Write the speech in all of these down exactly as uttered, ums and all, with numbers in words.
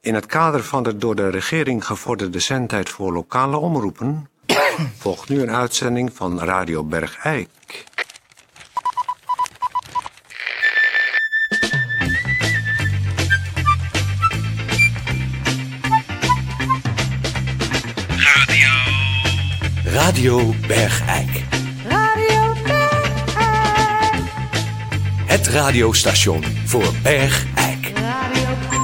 In het kader van de door de regering gevorderde zendtijd voor lokale omroepen volgt nu een uitzending van Radio Bergijk. Radio. Radio Bergijk. Radio Bergijk. Het radiostation voor Bergijk. Radio.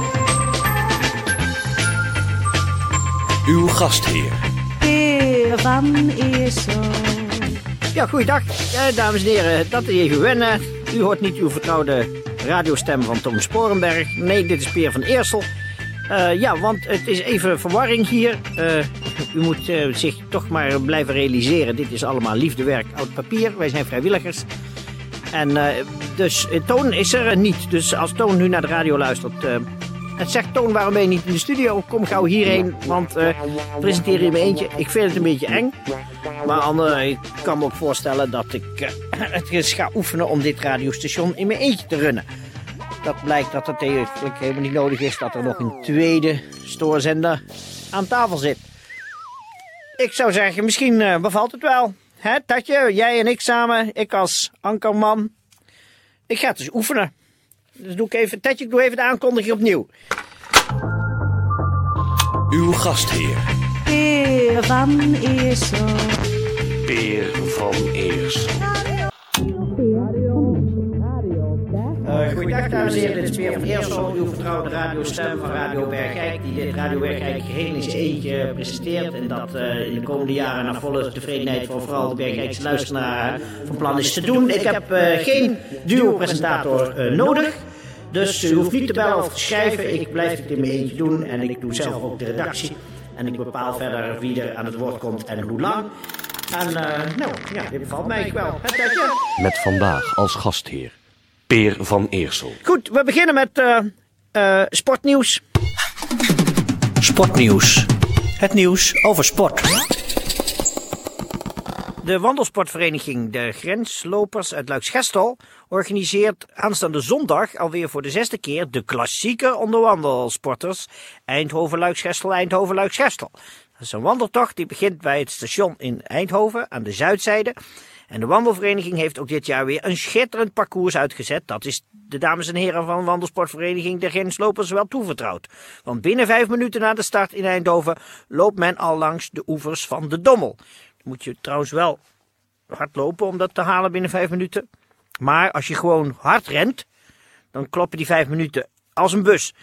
Uw gastheer. Peer van Eersel. Ja, goeiedag, eh, dames en heren. Dat is even wennen. U hoort niet uw vertrouwde radiostem van Tom Sporenberg. Nee, dit is Peer van Eersel. Uh, ja, want het is even verwarring hier. Uh, u moet uh, zich toch maar blijven realiseren. Dit is allemaal liefdewerk, oud papier. Wij zijn vrijwilligers. En uh, dus uh, Toon is er uh, niet. Dus als Toon nu naar de radio luistert... Uh, het zegt Toon, waarom ben je niet in de studio? Kom gauw hierheen, want uh, presenteer je in mijn eentje. Ik vind het een beetje eng. Maar uh, ik kan me ook voorstellen dat ik uh, het eens ga oefenen om dit radiostation in mijn eentje te runnen. Dat blijkt dat het eigenlijk helemaal niet nodig is dat er nog een tweede stoorzender aan tafel zit. Ik zou zeggen, misschien uh, bevalt het wel. Hè, Tatje, jij en ik samen, ik als ankerman. Ik ga het eens oefenen. Dus doe ik even, Tatje, ik doe even de aankondiging opnieuw. Uw gastheer. Peer van Eersel. Peer van Eersel. Uh, goeiedag dames en heren, dit is Peer van Eersel, uw vertrouwde radiostem van Radio Bergijk, die dit Radio Bergijk geheel in zijn eentje presenteert en dat uh, in de komende jaren naar volle tevredenheid voor vooral de Bergijkse luisteraar van plan is te doen. Ik heb uh, geen duo-presentator uh, nodig, dus u hoeft niet te bellen of te schrijven. Ik blijf het in mijn eentje doen en ik doe zelf ook de redactie en ik bepaal verder wie er aan het woord komt en hoe lang. En uh, nou, ja, dit bevalt mij wel. Het Tatje? Met vandaag als gastheer Peer van Eersel. Goed, we beginnen met uh, uh, sportnieuws. Sportnieuws. Het nieuws over sport. De wandelsportvereniging De Grenslopers uit Luiksgestel organiseert aanstaande zondag alweer voor de zesde keer de klassieke onder wandelsporters Eindhoven-Luiksgestel, Eindhoven-Luiksgestel. Dat is een wandeltocht die begint bij het station in Eindhoven aan de zuidzijde. En de wandelvereniging heeft ook dit jaar weer een schitterend parcours uitgezet. Dat is de dames en heren van wandelsportvereniging De Grenslopers wel toevertrouwd. Want binnen vijf minuten na de start in Eindhoven loopt men al langs de oevers van de Dommel. Dan moet je trouwens wel hard lopen om dat te halen binnen vijf minuten. Maar als je gewoon hard rent, dan kloppen die vijf minuten als een bus.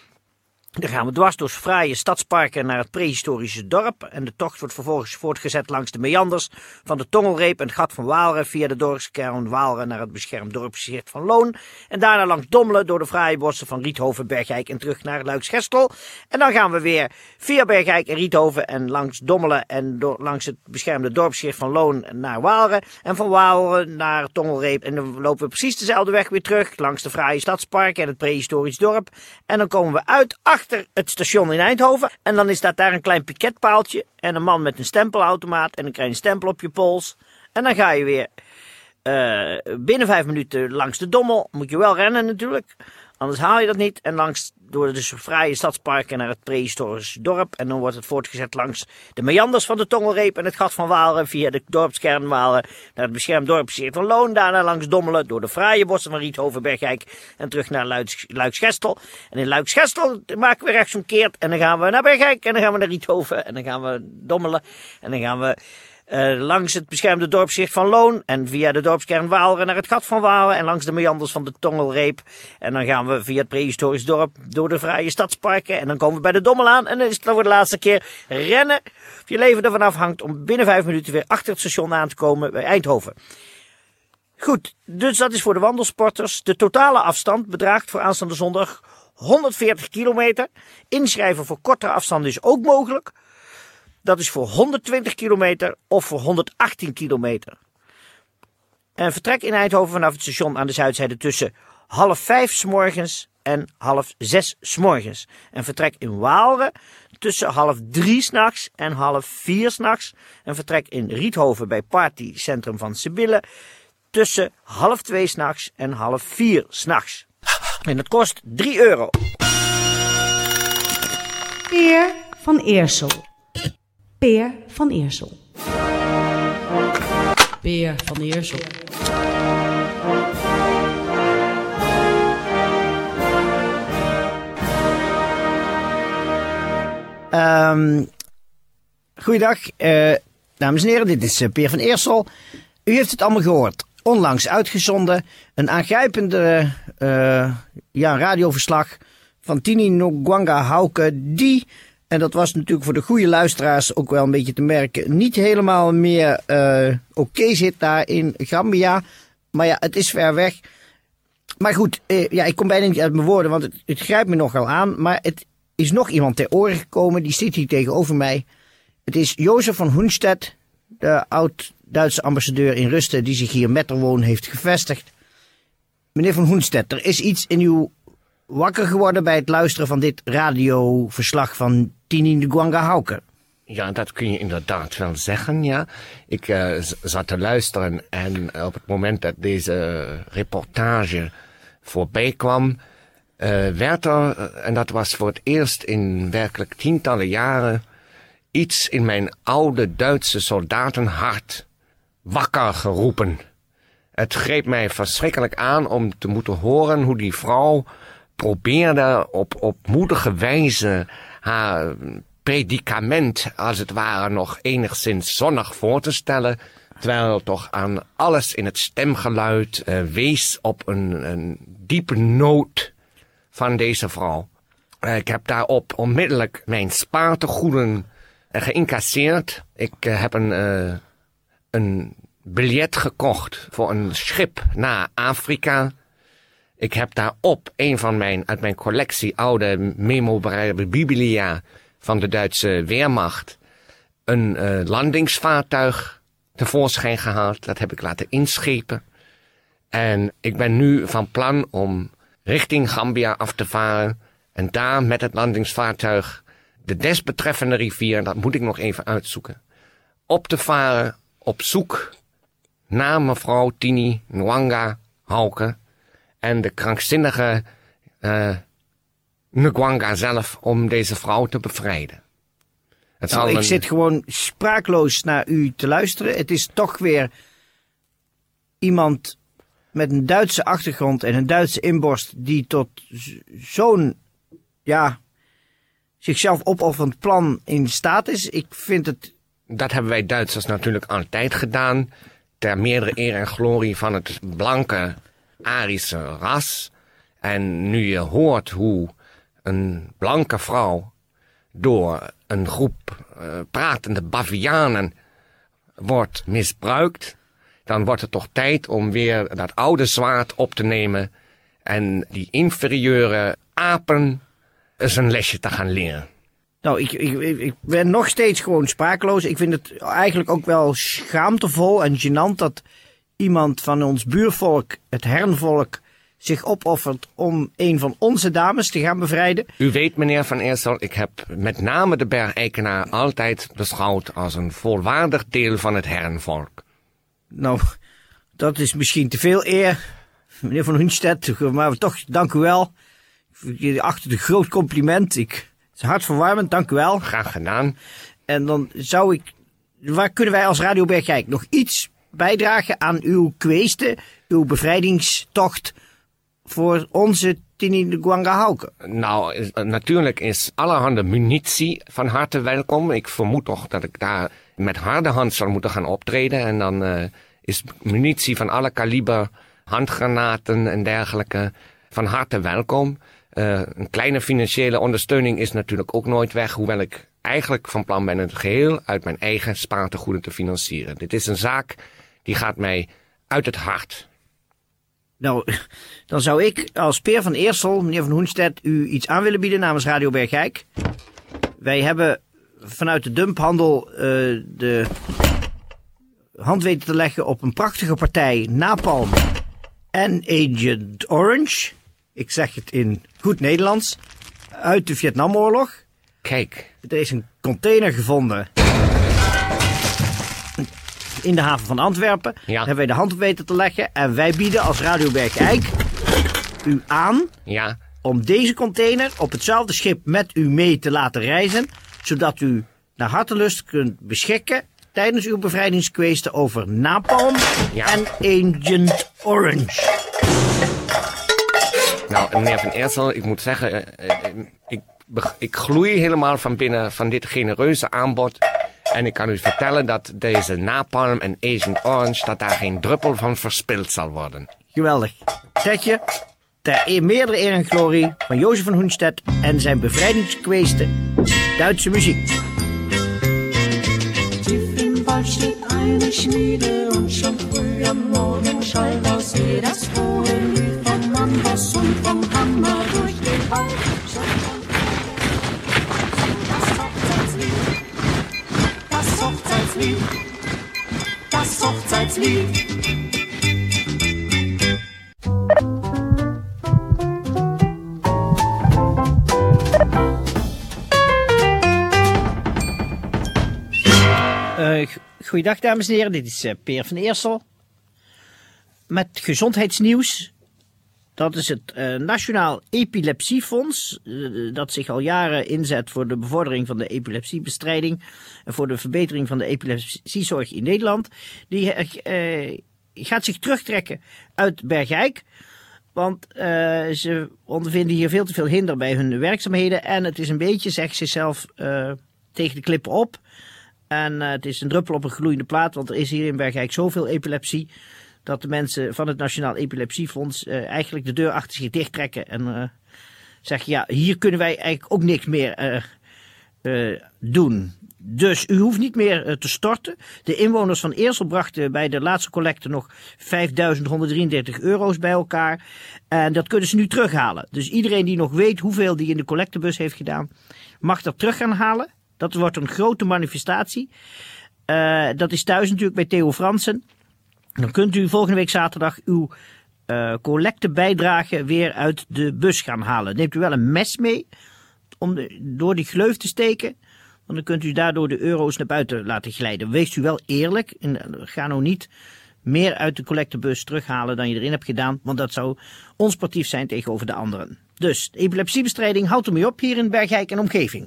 Dan gaan we dwars door fraaie stadsparken naar het prehistorische dorp. En de tocht wordt vervolgens voortgezet langs de meanders van de Tongelreep en het gat van Waalre via de dorpskern Waalre naar het beschermd dorpsgezicht van Loon. En daarna langs Dommelen door de fraaie bossen van Riethoven, Bergijk en terug naar Luiksgestel. En dan gaan we weer via Bergijk en Riethoven en langs Dommelen en door, langs het beschermde dorpsgezicht van Loon naar Waalre. En van Waalre naar Tongelreep. En dan lopen we precies dezelfde weg weer terug langs de fraaie stadsparken en het prehistorisch dorp. En dan komen we uit achter het station in Eindhoven. En dan is dat daar een klein piketpaaltje en een man met een stempelautomaat en dan krijg je een stempel op je pols. En dan ga je weer uh, binnen vijf minuten langs de Dommel. Moet je wel rennen natuurlijk, anders haal je dat niet. En langs door de fraaie stadsparken naar het prehistorische dorp. En dan wordt het voortgezet langs de meanders van de Tongelreep en het gat van Waalre via de dorpskern Waalre naar het beschermd dorpsgezicht van Loon. Daarna langs Dommelen door de fraaie bossen van Riethoven, Bergijk en terug naar Luiks, Luiksgestel. En in Luiksgestel maken we rechtsomkeert en dan gaan we naar Bergijk en dan gaan we naar Riethoven en dan gaan we Dommelen en dan gaan we Uh, langs het beschermde dorpsgezicht van Loon en via de dorpskern Waalre naar het gat van Waalre en langs de meanders van de Tongelreep. En dan gaan we via het prehistorisch dorp door de fraaie stadsparken en dan komen we bij de Dommel aan en dan is het dan voor de laatste keer rennen. Of je leven ervan afhangt om binnen vijf minuten weer achter het station aan te komen bij Eindhoven. Goed, dus dat is voor de wandelsporters. De totale afstand bedraagt voor aanstaande zondag honderdveertig kilometer. Inschrijven voor kortere afstanden is ook mogelijk. Dat is voor honderdtwintig kilometer of voor honderdachttien kilometer. En vertrek in Eindhoven vanaf het station aan de zuidzijde tussen half vijf 's morgens en half zes 's morgens. En vertrek in Waalre tussen half drie 's nachts en half vier 's nachts. En vertrek in Riethoven bij partycentrum van Sibylle tussen half twee 's nachts en half vier 's nachts. En dat kost drie euro. Peer van Eersel. Peer van Eersel. Peer van Eersel. Um, goeiedag, uh, dames en heren, dit is uh, Peer van Eersel. U heeft het allemaal gehoord. Onlangs uitgezonden een aangrijpende uh, ja, radioverslag van Tini Ngwanga Hauke, die, en dat was natuurlijk voor de goede luisteraars ook wel een beetje te merken, niet helemaal meer uh, oké okay zit daar in Gambia. Maar ja, het is ver weg. Maar goed, uh, ja, ik kom bijna niet uit mijn woorden, want het, het grijpt me nogal aan. Maar het is nog iemand ter oren gekomen, die zit hier tegenover mij. Het is Jozef van Hoenstedt, de oud-Duitse ambassadeur in Rusten, die zich hier met er woon heeft gevestigd. Meneer van Hoenstedt, er is iets in u wakker geworden bij het luisteren van dit radioverslag van Tini Ngwanga Hauke. Ja, dat kun je inderdaad wel zeggen, ja. Ik uh, zat te luisteren en op het moment dat deze reportage voorbij kwam, uh, werd er, en dat was voor het eerst in werkelijk tientallen jaren, iets in mijn oude Duitse soldatenhart wakker geroepen. Het greep mij verschrikkelijk aan om te moeten horen hoe die vrouw probeerde op, op moedige wijze haar predicament, als het ware, nog enigszins zonnig voor te stellen, terwijl toch aan alles in het stemgeluid uh, wees op een, een diepe nood van deze vrouw. Uh, ik heb daarop onmiddellijk mijn spaartegoeden uh, geïncasseerd. Ik uh, heb een, uh, een biljet gekocht voor een schip naar Afrika. Ik heb daarop een van mijn, uit mijn collectie oude memorabilia van de Duitse Wehrmacht, een uh, landingsvaartuig tevoorschijn gehaald. Dat heb ik laten inschepen. En ik ben nu van plan om richting Gambia af te varen en daar met het landingsvaartuig de desbetreffende rivier, dat moet ik nog even uitzoeken, op te varen op zoek naar mevrouw Tini Ngwanga Hauke en de krankzinnige uh, Ngwanga zelf om deze vrouw te bevrijden. Het nou, zal ik een... zit gewoon spraakloos naar u te luisteren. Het is toch weer iemand met een Duitse achtergrond en een Duitse inborst die tot zo'n, ja, zichzelf opofferend plan in staat is. Ik vind het... Dat hebben wij Duitsers natuurlijk altijd gedaan, ter meerdere eer en glorie van het blanke Arische ras. En nu je hoort hoe een blanke vrouw door een groep uh, pratende bavianen wordt misbruikt, dan wordt het toch tijd om weer dat oude zwaard op te nemen en die inferieure apen eens een lesje te gaan leren. Nou, ik, ik, ik ben nog steeds gewoon sprakeloos. Ik vind het eigenlijk ook wel schaamtevol en gênant dat iemand van ons buurvolk, het Herrenvolk, zich opoffert om een van onze dames te gaan bevrijden. U weet, meneer Van Eersel, ik heb met name de Bergijkenaar altijd beschouwd als een volwaardig deel van het Herrenvolk. Nou, dat is misschien te veel eer, meneer Van Hoenstedt, maar toch, dank u wel. Ik acht het een groot compliment. Ik, het is hartverwarmend, dank u wel. Graag gedaan. En dan zou ik, waar kunnen wij als Radio Bergijk nog iets bijdragen aan uw kweeste, uw bevrijdingstocht voor onze Tini Ngwanga Hauke? Nou, natuurlijk is allerhande munitie van harte welkom. Ik vermoed toch dat ik daar met harde hand zal moeten gaan optreden. En dan uh, is munitie van alle kaliber, handgranaten en dergelijke van harte welkom. Uh, een kleine financiële ondersteuning is natuurlijk ook nooit weg, hoewel ik eigenlijk van plan ben het geheel uit mijn eigen spaartegoeden te financieren. Dit is een zaak die gaat mij uit het hart. Nou, dan zou ik als Peer van Eersel, meneer Van Hoenstedt, u iets aan willen bieden namens Radio Bergijk. Wij hebben vanuit de dumphandel uh, de hand weten te leggen op een prachtige partij napalm en Agent Orange. Ik zeg het in goed Nederlands. Uit de Vietnamoorlog. Kijk. Er is een container gevonden in de haven van Antwerpen. Ja. Daar hebben wij de hand op weten te leggen. En wij bieden als Radio Bergijk u aan Ja. om deze container op hetzelfde schip met u mee te laten reizen, zodat u naar hartelust kunt beschikken tijdens uw bevrijdingskwestie over napalm Ja. en Agent Orange. Nou, meneer Van Eersel, ik moet zeggen, eh, eh, ik, beg- ik gloei helemaal van binnen van dit genereuze aanbod. En ik kan u vertellen dat deze napalm en Agent Orange, dat daar geen druppel van verspild zal worden. Geweldig. Zetje, ter e- meerdere eer en glorie van Jozef van Hoenstedt en zijn bevrijdingskwestie Duitse muziek. Tief im Wald steht eine Schmiede und schon früh am Morgen schallt aus ihr das frohe Lied vom Amboss und vom Hammer durch den Wald. Das Hochzeitslied, das Hochzeitslied, das Hochzeitslied. Uh, goeiedag dames en heren, dit is uh, Peer van Eersel. Met gezondheidsnieuws. Dat is het uh, Nationaal Epilepsiefonds. Uh, dat zich al jaren inzet voor de bevordering van de epilepsiebestrijding. En voor de verbetering van de epilepsiezorg in Nederland. Die uh, gaat zich terugtrekken uit Bergijk. Want uh, ze ondervinden hier veel te veel hinder bij hun werkzaamheden. En het is een beetje, zegt ze zelf, uh, tegen de klippen op. En uh, het is een druppel op een gloeiende plaat, want er is hier in Bergijk zoveel epilepsie, dat de mensen van het Nationaal Epilepsiefonds uh, eigenlijk de deur achter zich dicht trekken en uh, zeggen, ja, hier kunnen wij eigenlijk ook niks meer uh, uh, doen. Dus u hoeft niet meer uh, te storten. De inwoners van Eersel brachten bij de laatste collecte nog vijfduizend honderddrieëndertig euro's bij elkaar. En dat kunnen ze nu terughalen. Dus iedereen die nog weet hoeveel die in de collectebus heeft gedaan, mag dat terug gaan halen. Dat wordt een grote manifestatie. Uh, dat is thuis natuurlijk bij Theo Fransen. Dan kunt u volgende week zaterdag uw uh, collectebijdrage weer uit de bus gaan halen. Neemt u wel een mes mee om de, door die gleuf te steken. Want dan kunt u daardoor de euro's naar buiten laten glijden. Wees u wel eerlijk. En ga nou niet meer uit de collectebus terughalen dan je erin hebt gedaan. Want dat zou onsportief zijn tegenover de anderen. Dus de epilepsiebestrijding houdt ermee op hier in Bergijk en omgeving.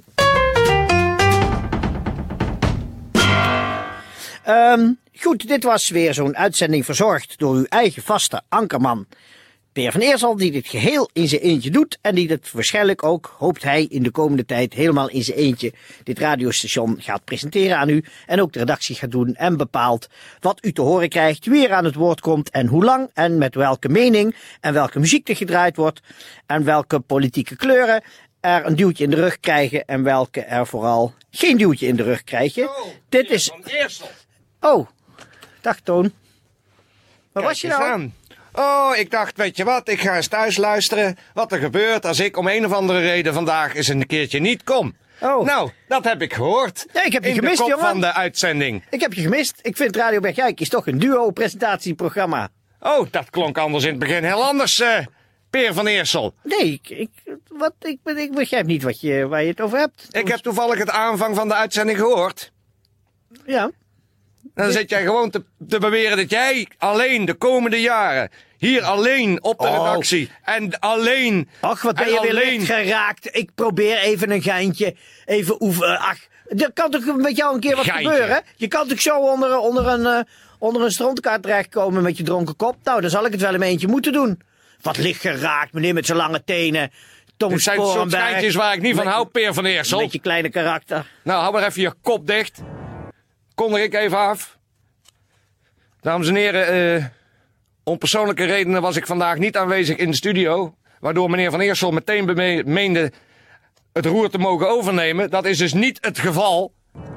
Um, goed, dit was weer zo'n uitzending verzorgd door uw eigen vaste ankerman Peer van Eersel, die dit geheel in zijn eentje doet en die dit waarschijnlijk ook, hoopt hij, in de komende tijd helemaal in zijn eentje dit radiostation gaat presenteren aan u en ook de redactie gaat doen en bepaalt wat u te horen krijgt, wie er aan het woord komt en hoe lang en met welke mening en welke muziek er gedraaid wordt en welke politieke kleuren er een duwtje in de rug krijgen en welke er vooral geen duwtje in de rug krijgen. Oh, dit is... Van Eersel. Oh, dag Toon. Waar Kijk was je eens nou? aan. Oh, ik dacht, weet je wat, ik ga eens thuis luisteren wat er gebeurt als ik om een of andere reden vandaag eens een keertje niet kom. Oh. Nou, dat heb ik gehoord. Ja, ik heb je in gemist, de kop jongen. van de uitzending. Ik heb je gemist. Ik vind Radio Bergijk is toch een duo-presentatieprogramma. Oh, dat klonk anders in het begin heel anders, eh, Peer van Eersel. Nee, ik, ik, wat, ik, ik begrijp niet wat je, waar je het over hebt. Ik heb toevallig het aanvang van de uitzending gehoord. Ja. Dan zit jij gewoon te, te beweren dat jij alleen de komende jaren hier alleen op de Oh. redactie en alleen... Ach, wat ben en je weer alleen... licht geraakt. Ik probeer even een geintje. Even oefenen. Ach, er kan toch met jou een keer wat Geintje. gebeuren? Je kan toch zo onder, onder een, uh, onder een strontkaart terechtkomen met je dronken kop? Nou, dan zal ik het wel in mijn eentje moeten doen. Wat licht geraakt, meneer met zijn lange tenen. Tom Dit zijn soort Sporenberg. schijntjes waar ik niet van Met- hou, Peer van Eersel. Met je kleine karakter. Nou, hou maar even je kop dicht. Kondig ik even af. Dames en heren, eh, om persoonlijke redenen was ik vandaag niet aanwezig in de studio. Waardoor meneer Van Eersel meteen beme- meende het roer te mogen overnemen. Dat is dus niet het geval.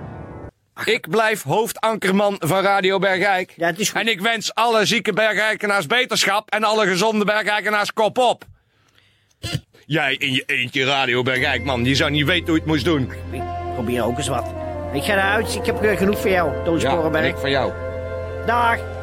Ik blijf hoofdankerman van Radio Bergijk. Ja, het is goed. En ik wens alle zieke Bergijkenaars beterschap en alle gezonde Bergijkenaars kop op. Jij in je eentje Radio Bergijk, man. Je zou niet weten hoe je het moest doen. Ik probeer ook eens wat. Ik ga naar huis. Ik heb uh, genoeg voor jou, Toon Ja, Sporenberg. ik van jou. Dag.